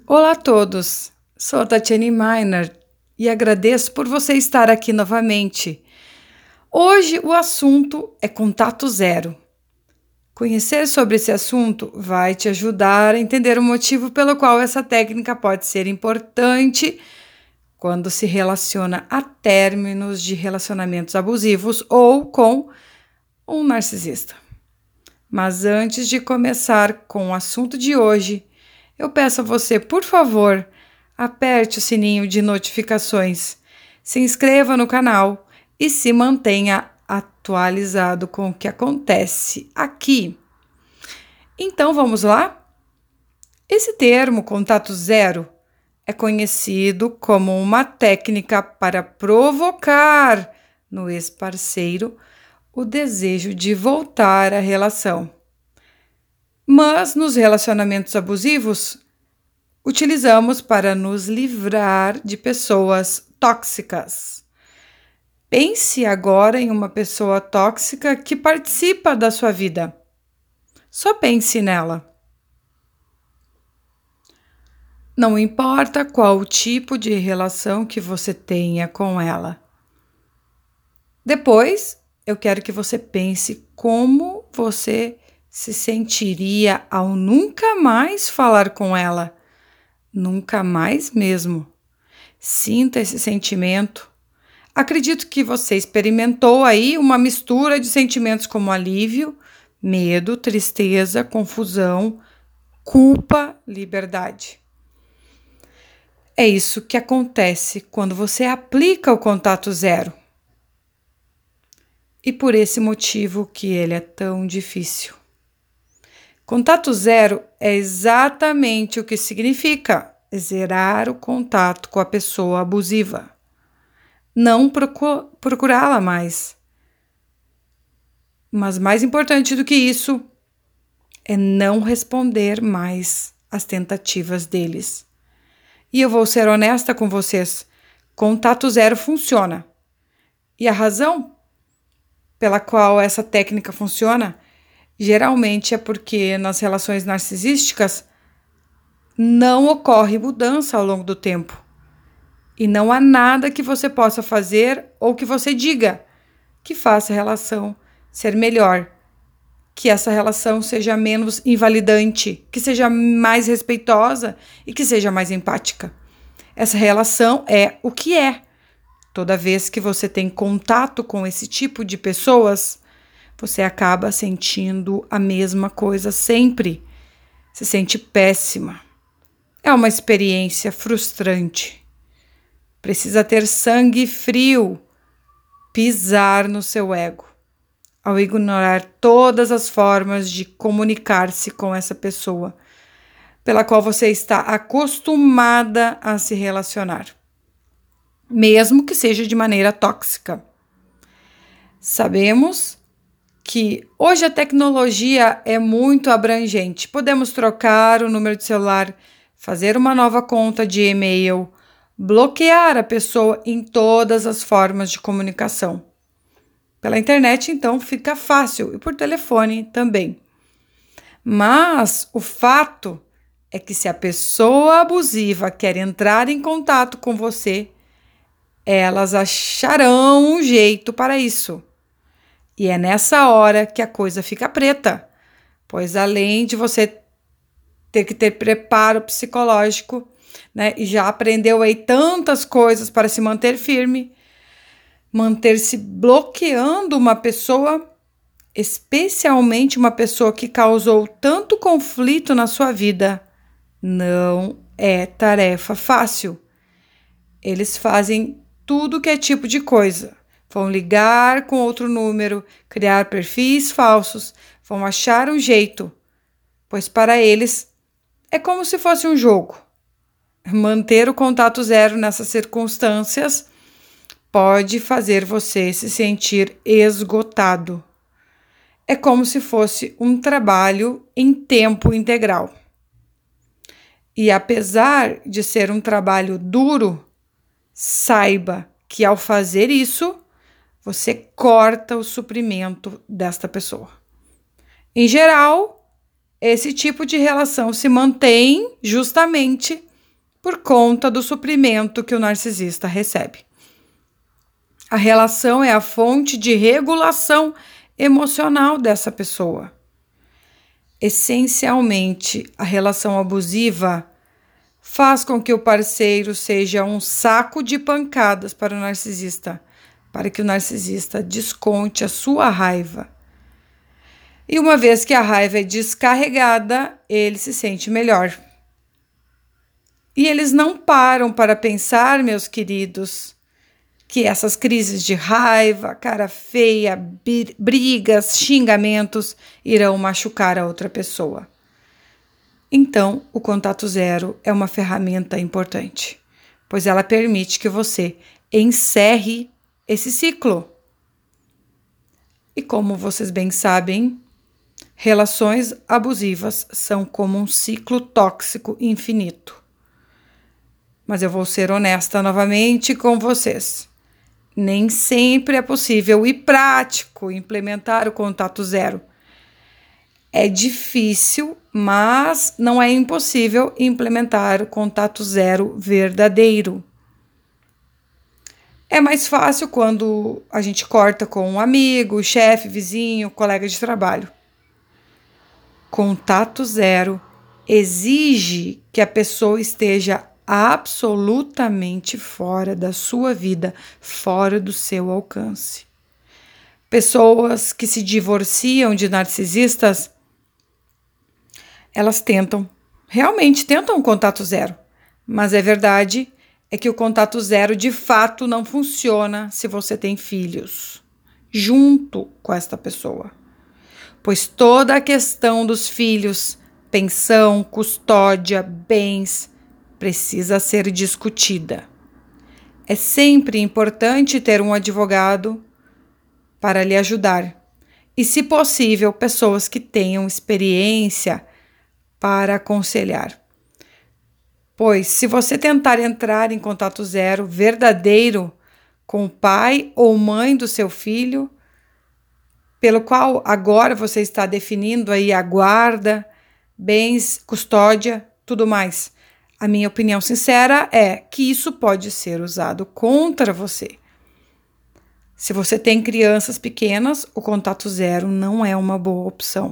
Olá a todos, sou a Tatiane Miner e agradeço por você estar aqui novamente. Hoje o assunto é contato zero. Conhecer sobre esse assunto vai te ajudar a entender o motivo pelo qual essa técnica pode ser importante quando se relaciona a términos de relacionamentos abusivos ou com um narcisista. Mas antes de começar com o assunto de hoje, eu peço a você, por favor, aperte o sininho de notificações, se inscreva no canal e se mantenha atualizado com o que acontece aqui. Então vamos lá? Esse termo, contato zero, é conhecido como uma técnica para provocar no ex-parceiro o desejo de voltar à relação. Mas nos relacionamentos abusivos, utilizamos para nos livrar de pessoas tóxicas. Pense agora em uma pessoa tóxica que participa da sua vida. Só pense nela. Não importa qual o tipo de relação que você tenha com ela. Depois, eu quero que você pense como você se sentiria ao nunca mais falar com ela. Nunca mais mesmo. Sinta esse sentimento. Acredito que você experimentou aí uma mistura de sentimentos como alívio, medo, tristeza, confusão, culpa, liberdade. É isso que acontece quando você aplica o contato zero. E por esse motivo que ele é tão difícil. Contato zero é exatamente o que significa zerar o contato com a pessoa abusiva. Não procurá-la mais. Mas mais importante do que isso é não responder mais às tentativas deles. E eu vou ser honesta com vocês, contato zero funciona. E a razão pela qual essa técnica funciona geralmente é porque nas relações narcisísticas não ocorre mudança ao longo do tempo. E não há nada que você possa fazer ou que você diga que faça a relação ser melhor, que essa relação seja menos invalidante, que seja mais respeitosa e que seja mais empática. Essa relação é o que é. Toda vez que você tem contato com esse tipo de pessoas, você acaba sentindo a mesma coisa sempre. Se sente péssima. É uma experiência frustrante. Precisa ter sangue frio, pisar no seu ego, ao ignorar todas as formas de comunicar-se com essa pessoa, pela qual você está acostumada a se relacionar, mesmo que seja de maneira tóxica. Sabemos que hoje a tecnologia é muito abrangente. Podemos trocar o número de celular, fazer uma nova conta de e-mail, bloquear a pessoa em todas as formas de comunicação. Pela internet, então, fica fácil e por telefone também. Mas o fato é que se a pessoa abusiva quer entrar em contato com você, elas acharão um jeito para isso. E é nessa hora que a coisa fica preta, pois além de você ter que ter preparo psicológico, né, e já aprendeu aí tantas coisas para se manter firme, manter-se bloqueando uma pessoa, especialmente uma pessoa que causou tanto conflito na sua vida, não é tarefa fácil. Eles fazem tudo que é tipo de coisa. Vão ligar com outro número, criar perfis falsos, vão achar um jeito, pois para eles é como se fosse um jogo. Manter o contato zero nessas circunstâncias pode fazer você se sentir esgotado. É como se fosse um trabalho em tempo integral. E apesar de ser um trabalho duro, saiba que ao fazer isso, você corta o suprimento desta pessoa. Em geral, esse tipo de relação se mantém justamente por conta do suprimento que o narcisista recebe. A relação é a fonte de regulação emocional dessa pessoa. Essencialmente, a relação abusiva faz com que o parceiro seja um saco de pancadas para o narcisista, para que o narcisista desconte a sua raiva. E uma vez que a raiva é descarregada, ele se sente melhor. E eles não param para pensar, meus queridos, que essas crises de raiva, cara feia, brigas, xingamentos irão machucar a outra pessoa. Então, o contato zero é uma ferramenta importante, pois ela permite que você encerre esse ciclo. E como vocês bem sabem, relações abusivas são como um ciclo tóxico infinito. Mas eu vou ser honesta novamente com vocês. Nem sempre é possível e prático implementar o contato zero. É difícil, mas não é impossível implementar o contato zero verdadeiro. É mais fácil quando a gente corta com um amigo, chefe, vizinho, colega de trabalho. Contato zero exige que a pessoa esteja absolutamente fora da sua vida, fora do seu alcance. Pessoas que se divorciam de narcisistas, elas realmente tentam um contato zero, mas é verdade é que o contato zero de fato não funciona se você tem filhos junto com esta pessoa, pois toda a questão dos filhos, pensão, custódia, bens, precisa ser discutida. É sempre importante ter um advogado para lhe ajudar e, se possível, pessoas que tenham experiência para aconselhar. Pois, se você tentar entrar em contato zero verdadeiro com o pai ou mãe do seu filho, pelo qual agora você está definindo aí a guarda, bens, custódia, tudo mais, a minha opinião sincera é que isso pode ser usado contra você. Se você tem crianças pequenas, o contato zero não é uma boa opção.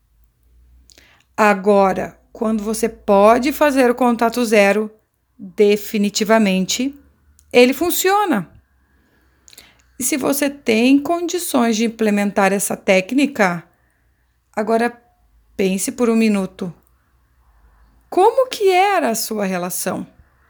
Agora, quando você pode fazer o contato zero, definitivamente, ele funciona. E se você tem condições de implementar essa técnica, agora pense por um minuto. Como que era a sua relação?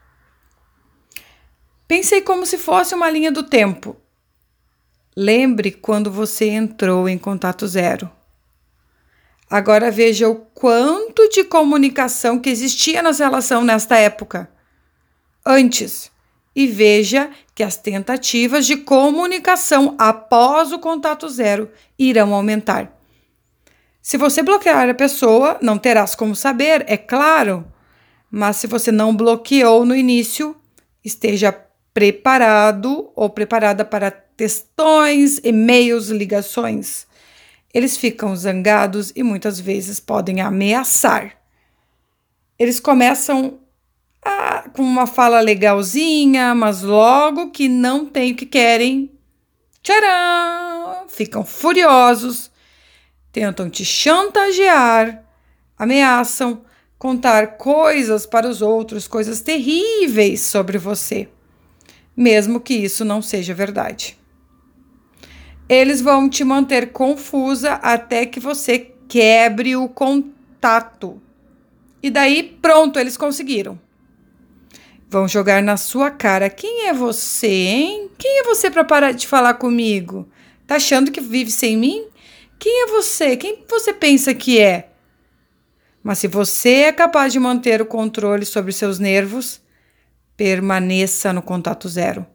Pensei como se fosse uma linha do tempo. Lembre quando você entrou em contato zero. Agora veja o quanto de comunicação que existia nessa relação nesta época, antes, e veja que as tentativas de comunicação após o contato zero irão aumentar. Se você bloquear a pessoa, não terás como saber, é claro, mas se você não bloqueou no início, esteja preparado ou preparada para textões, e-mails, ligações. Eles ficam zangados e muitas vezes podem ameaçar. Eles começam com uma fala legalzinha, mas logo que não tem o que querem, tcharam, ficam furiosos, tentam te chantagear, ameaçam, contar coisas para os outros, coisas terríveis sobre você, mesmo que isso não seja verdade. Eles vão te manter confusa até que você quebre o contato. E daí, pronto, eles conseguiram. Vão jogar na sua cara. Quem é você, hein? Quem é você para parar de falar comigo? Tá achando que vive sem mim? Quem é você? Quem você pensa que é? Mas se você é capaz de manter o controle sobre seus nervos, permaneça no contato zero.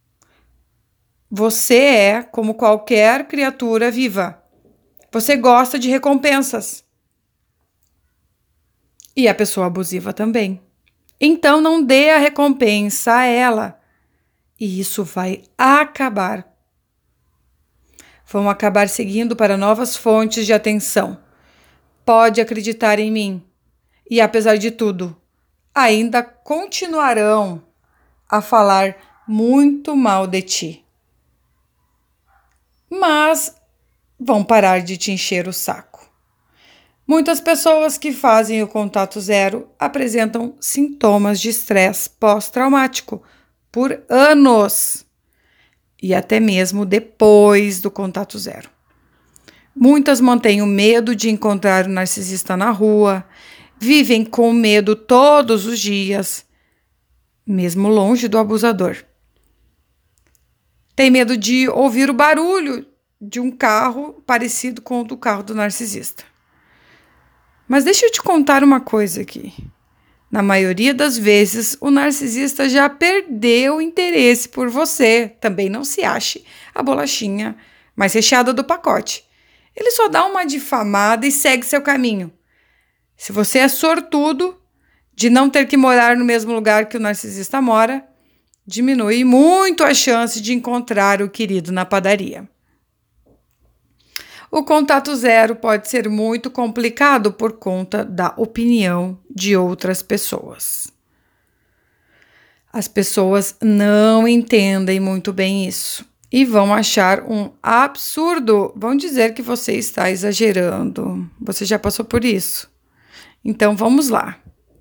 Você é como qualquer criatura viva. Você gosta de recompensas. E a pessoa abusiva também. Então não dê a recompensa a ela. E isso vai acabar. Vão acabar seguindo para novas fontes de atenção. Pode acreditar em mim. E apesar de tudo, ainda continuarão a falar muito mal de ti, mas vão parar de te encher o saco. Muitas pessoas que fazem o contato zero apresentam sintomas de estresse pós-traumático por anos e até mesmo depois do contato zero. Muitas mantêm o medo de encontrar o narcisista na rua, vivem com medo todos os dias, mesmo longe do abusador. Tem medo de ouvir o barulho de um carro parecido com o do carro do narcisista. Mas deixa eu te contar uma coisa aqui. Na maioria das vezes, o narcisista já perdeu o interesse por você. Também não se ache a bolachinha mais recheada do pacote. Ele só dá uma difamada e segue seu caminho. Se você é sortudo de não ter que morar no mesmo lugar que o narcisista mora, diminui muito a chance de encontrar o querido na padaria. O contato zero pode ser muito complicado por conta da opinião de outras pessoas. As pessoas não entendem muito bem isso e vão achar um absurdo, vão dizer que você está exagerando. Você já passou por isso? Então vamos lá.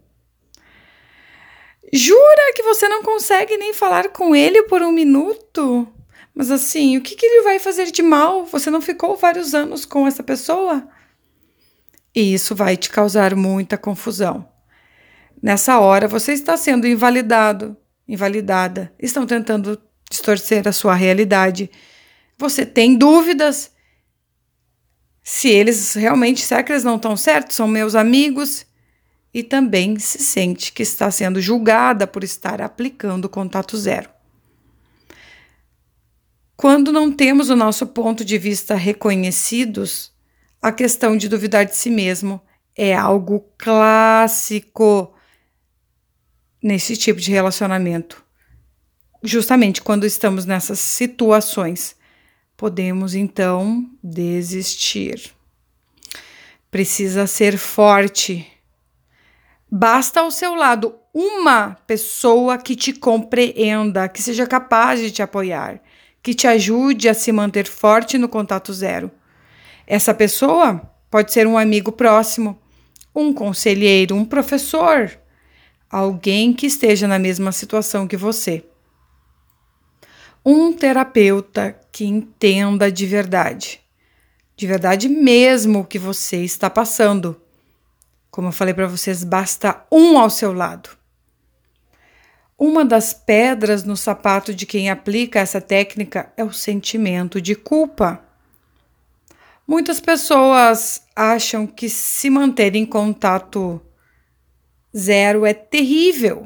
Jura que você não consegue nem falar com ele por 1 minuto? Mas assim, o que ele vai fazer de mal? Você não ficou vários anos com essa pessoa? E isso vai te causar muita confusão. Nessa hora, você está sendo invalidada. Estão tentando distorcer a sua realidade. Você tem dúvidas se eles realmente, será que eles não estão certos? São meus amigos. E também se sente que está sendo julgada por estar aplicando o contato zero. Quando não temos o nosso ponto de vista reconhecidos, a questão de duvidar de si mesmo é algo clássico nesse tipo de relacionamento. Justamente quando estamos nessas situações, podemos então desistir. Precisa ser forte. Basta ao seu lado uma pessoa que te compreenda, que seja capaz de te apoiar, que te ajude a se manter forte no contato zero. Essa pessoa pode ser um amigo próximo, um conselheiro, um professor, alguém que esteja na mesma situação que você. Um terapeuta que entenda de verdade mesmo o que você está passando. Como eu falei para vocês, basta um ao seu lado. Uma das pedras no sapato de quem aplica essa técnica é o sentimento de culpa. Muitas pessoas acham que se manter em contato zero é terrível.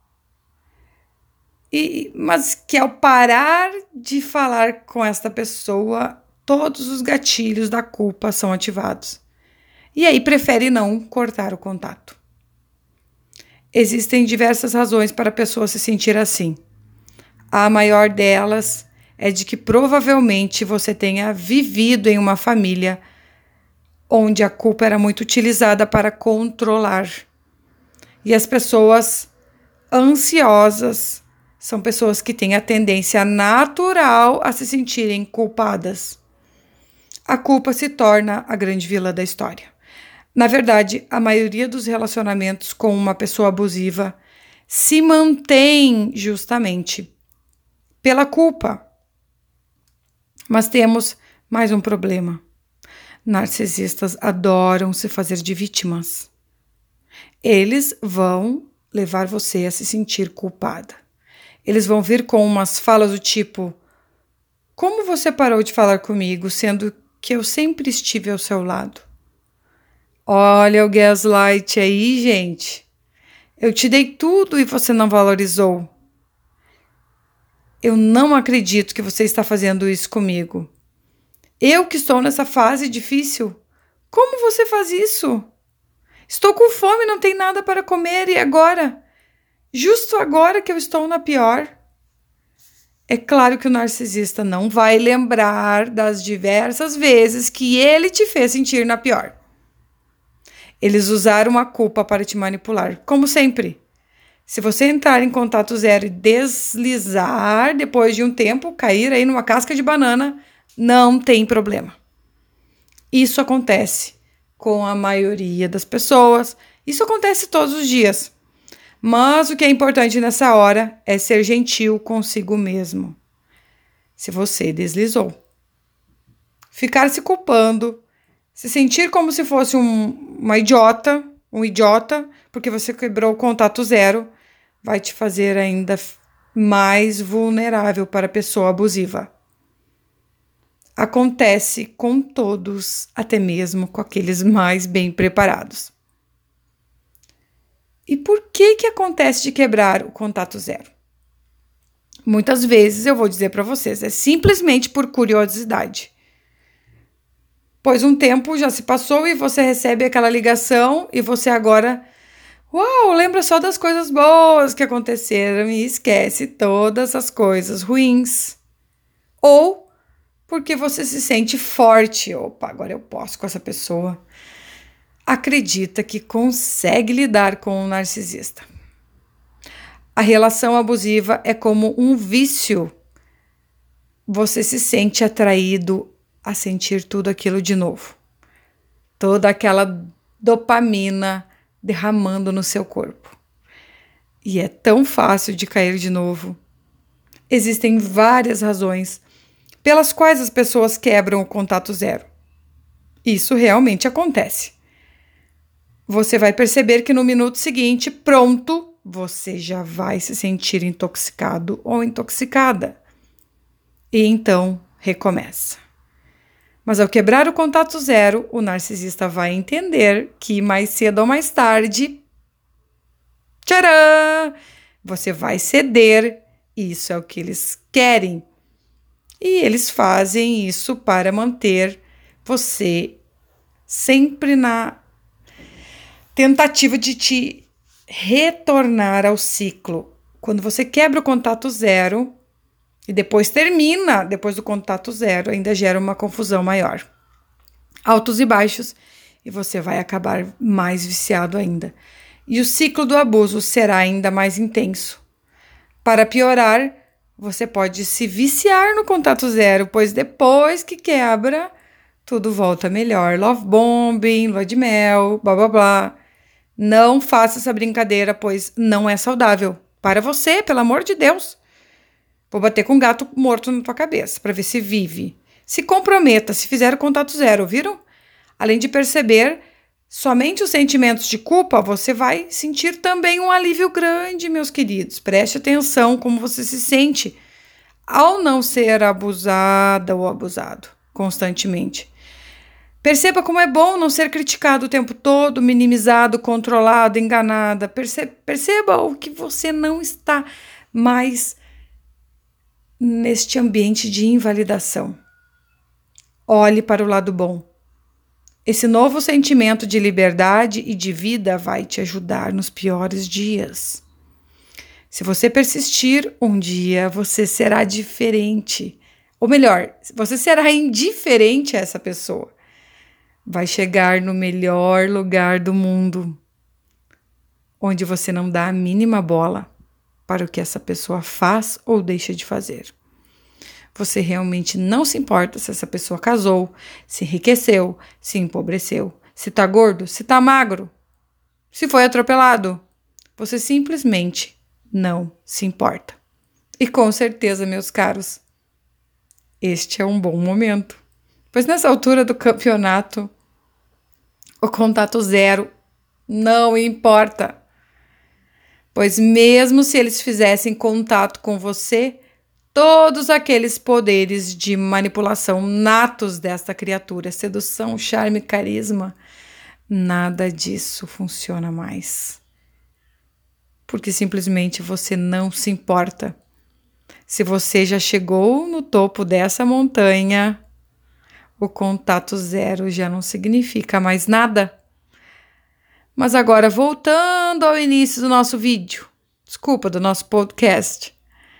Mas que ao parar de falar com esta pessoa, todos os gatilhos da culpa são ativados. E aí prefere não cortar o contato. Existem diversas razões para a pessoa se sentir assim. A maior delas é de que provavelmente você tenha vivido em uma família onde a culpa era muito utilizada para controlar. E as pessoas ansiosas são pessoas que têm a tendência natural a se sentirem culpadas. A culpa se torna a grande vilã da história. Na verdade, a maioria dos relacionamentos com uma pessoa abusiva se mantém justamente pela culpa. Mas temos mais um problema. Narcisistas adoram se fazer de vítimas. Eles vão levar você a se sentir culpada. Eles vão vir com umas falas do tipo: como você parou de falar comigo, sendo que eu sempre estive ao seu lado? Olha o gaslight aí, gente. Eu te dei tudo e você não valorizou. Eu não acredito que você está fazendo isso comigo. Eu que estou nessa fase difícil. Como você faz isso? Estou com fome, não tem nada para comer e agora? Justo agora que eu estou na pior. É claro que o narcisista não vai lembrar das diversas vezes que ele te fez sentir na pior. Eles usaram a culpa para te manipular, como sempre. Se você entrar em contato zero e deslizar, depois de um tempo, cair aí numa casca de banana, não tem problema. Isso acontece com a maioria das pessoas. Isso acontece todos os dias. Mas o que é importante nessa hora é ser gentil consigo mesmo. Se você deslizou. Ficar se culpando, se sentir como se fosse um idiota, porque você quebrou o contato zero, vai te fazer ainda mais vulnerável para a pessoa abusiva. Acontece com todos, até mesmo com aqueles mais bem preparados. E por que acontece de quebrar o contato zero? Muitas vezes eu vou dizer para vocês, é simplesmente por curiosidade. Pois um tempo já se passou e você recebe aquela ligação e você agora, lembra só das coisas boas que aconteceram e esquece todas as coisas ruins. Ou porque você se sente forte, agora eu posso com essa pessoa. Acredita que consegue lidar com um narcisista. A relação abusiva é como um vício. Você se sente atraído a sentir tudo aquilo de novo. Toda aquela dopamina derramando no seu corpo. E é tão fácil de cair de novo. Existem várias razões pelas quais as pessoas quebram o contato zero. Isso realmente acontece. Você vai perceber que no minuto seguinte, pronto, você já vai se sentir intoxicado ou intoxicada. E então, recomeça. Mas ao quebrar o contato zero, o narcisista vai entender que mais cedo ou mais tarde, tcharam, você vai ceder. Isso é o que eles querem. E eles fazem isso para manter você sempre na tentativa de te retornar ao ciclo. Quando você quebra o contato zero e depois termina, depois do contato zero, ainda gera uma confusão maior. Altos e baixos, e você vai acabar mais viciado ainda. E o ciclo do abuso será ainda mais intenso. Para piorar, você pode se viciar no contato zero, pois depois que quebra, tudo volta melhor. Love bombing, lua de mel, blá blá blá. Não faça essa brincadeira, pois não é saudável. Para você, pelo amor de Deus. Vou bater com um gato morto na tua cabeça, para ver se vive. Se comprometa, se fizer o contato zero, viram? Além de perceber somente os sentimentos de culpa, você vai sentir também um alívio grande, meus queridos. Preste atenção como você se sente ao não ser abusada ou abusado constantemente. Perceba como é bom não ser criticado o tempo todo, minimizado, controlado, enganada. Perceba o que você não está mais neste ambiente de invalidação. Olhe para o lado bom. Esse novo sentimento de liberdade e de vida vai te ajudar nos piores dias. Se você persistir, um dia você será diferente. Ou melhor, você será indiferente a essa pessoa. Vai chegar no melhor lugar do mundo, onde você não dá a mínima bola para o que essa pessoa faz ou deixa de fazer. Você realmente não se importa se essa pessoa casou, se enriqueceu, se empobreceu, se tá gordo, se tá magro, se foi atropelado. Você simplesmente não se importa. E com certeza, meus caros, este é um bom momento. Pois nessa altura do campeonato, o contato zero não importa. Pois mesmo se eles fizessem contato com você, todos aqueles poderes de manipulação natos desta criatura, sedução, charme, carisma, nada disso funciona mais. Porque simplesmente você não se importa. Se você já chegou no topo dessa montanha, o contato zero já não significa mais nada. Mas agora, voltando ao início do nosso vídeo, do nosso podcast.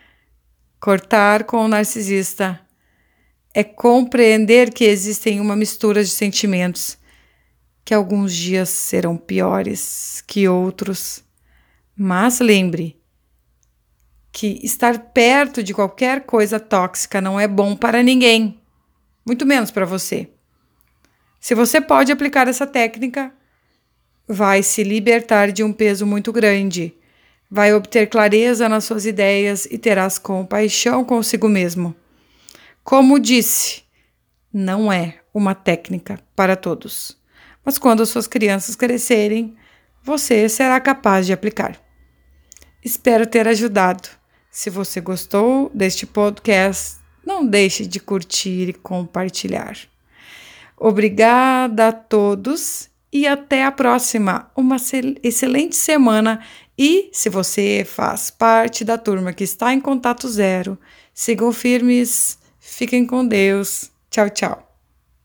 Cortar com o narcisista é compreender que existem uma mistura de sentimentos, que alguns dias serão piores que outros, Mas lembre que estar perto de qualquer coisa tóxica não é bom para ninguém, muito menos para você. Se você pode aplicar essa técnica, vai se libertar de um peso muito grande, vai obter clareza nas suas ideias e terás compaixão consigo mesmo. Como disse, não é uma técnica para todos, mas quando as suas crianças crescerem, você será capaz de aplicar. Espero ter ajudado. Se você gostou deste podcast, não deixe de curtir e compartilhar. Obrigada a todos e até a próxima. Uma excelente semana e, se você faz parte da turma que está em contato zero, sigam firmes, fiquem com Deus. Tchau, tchau.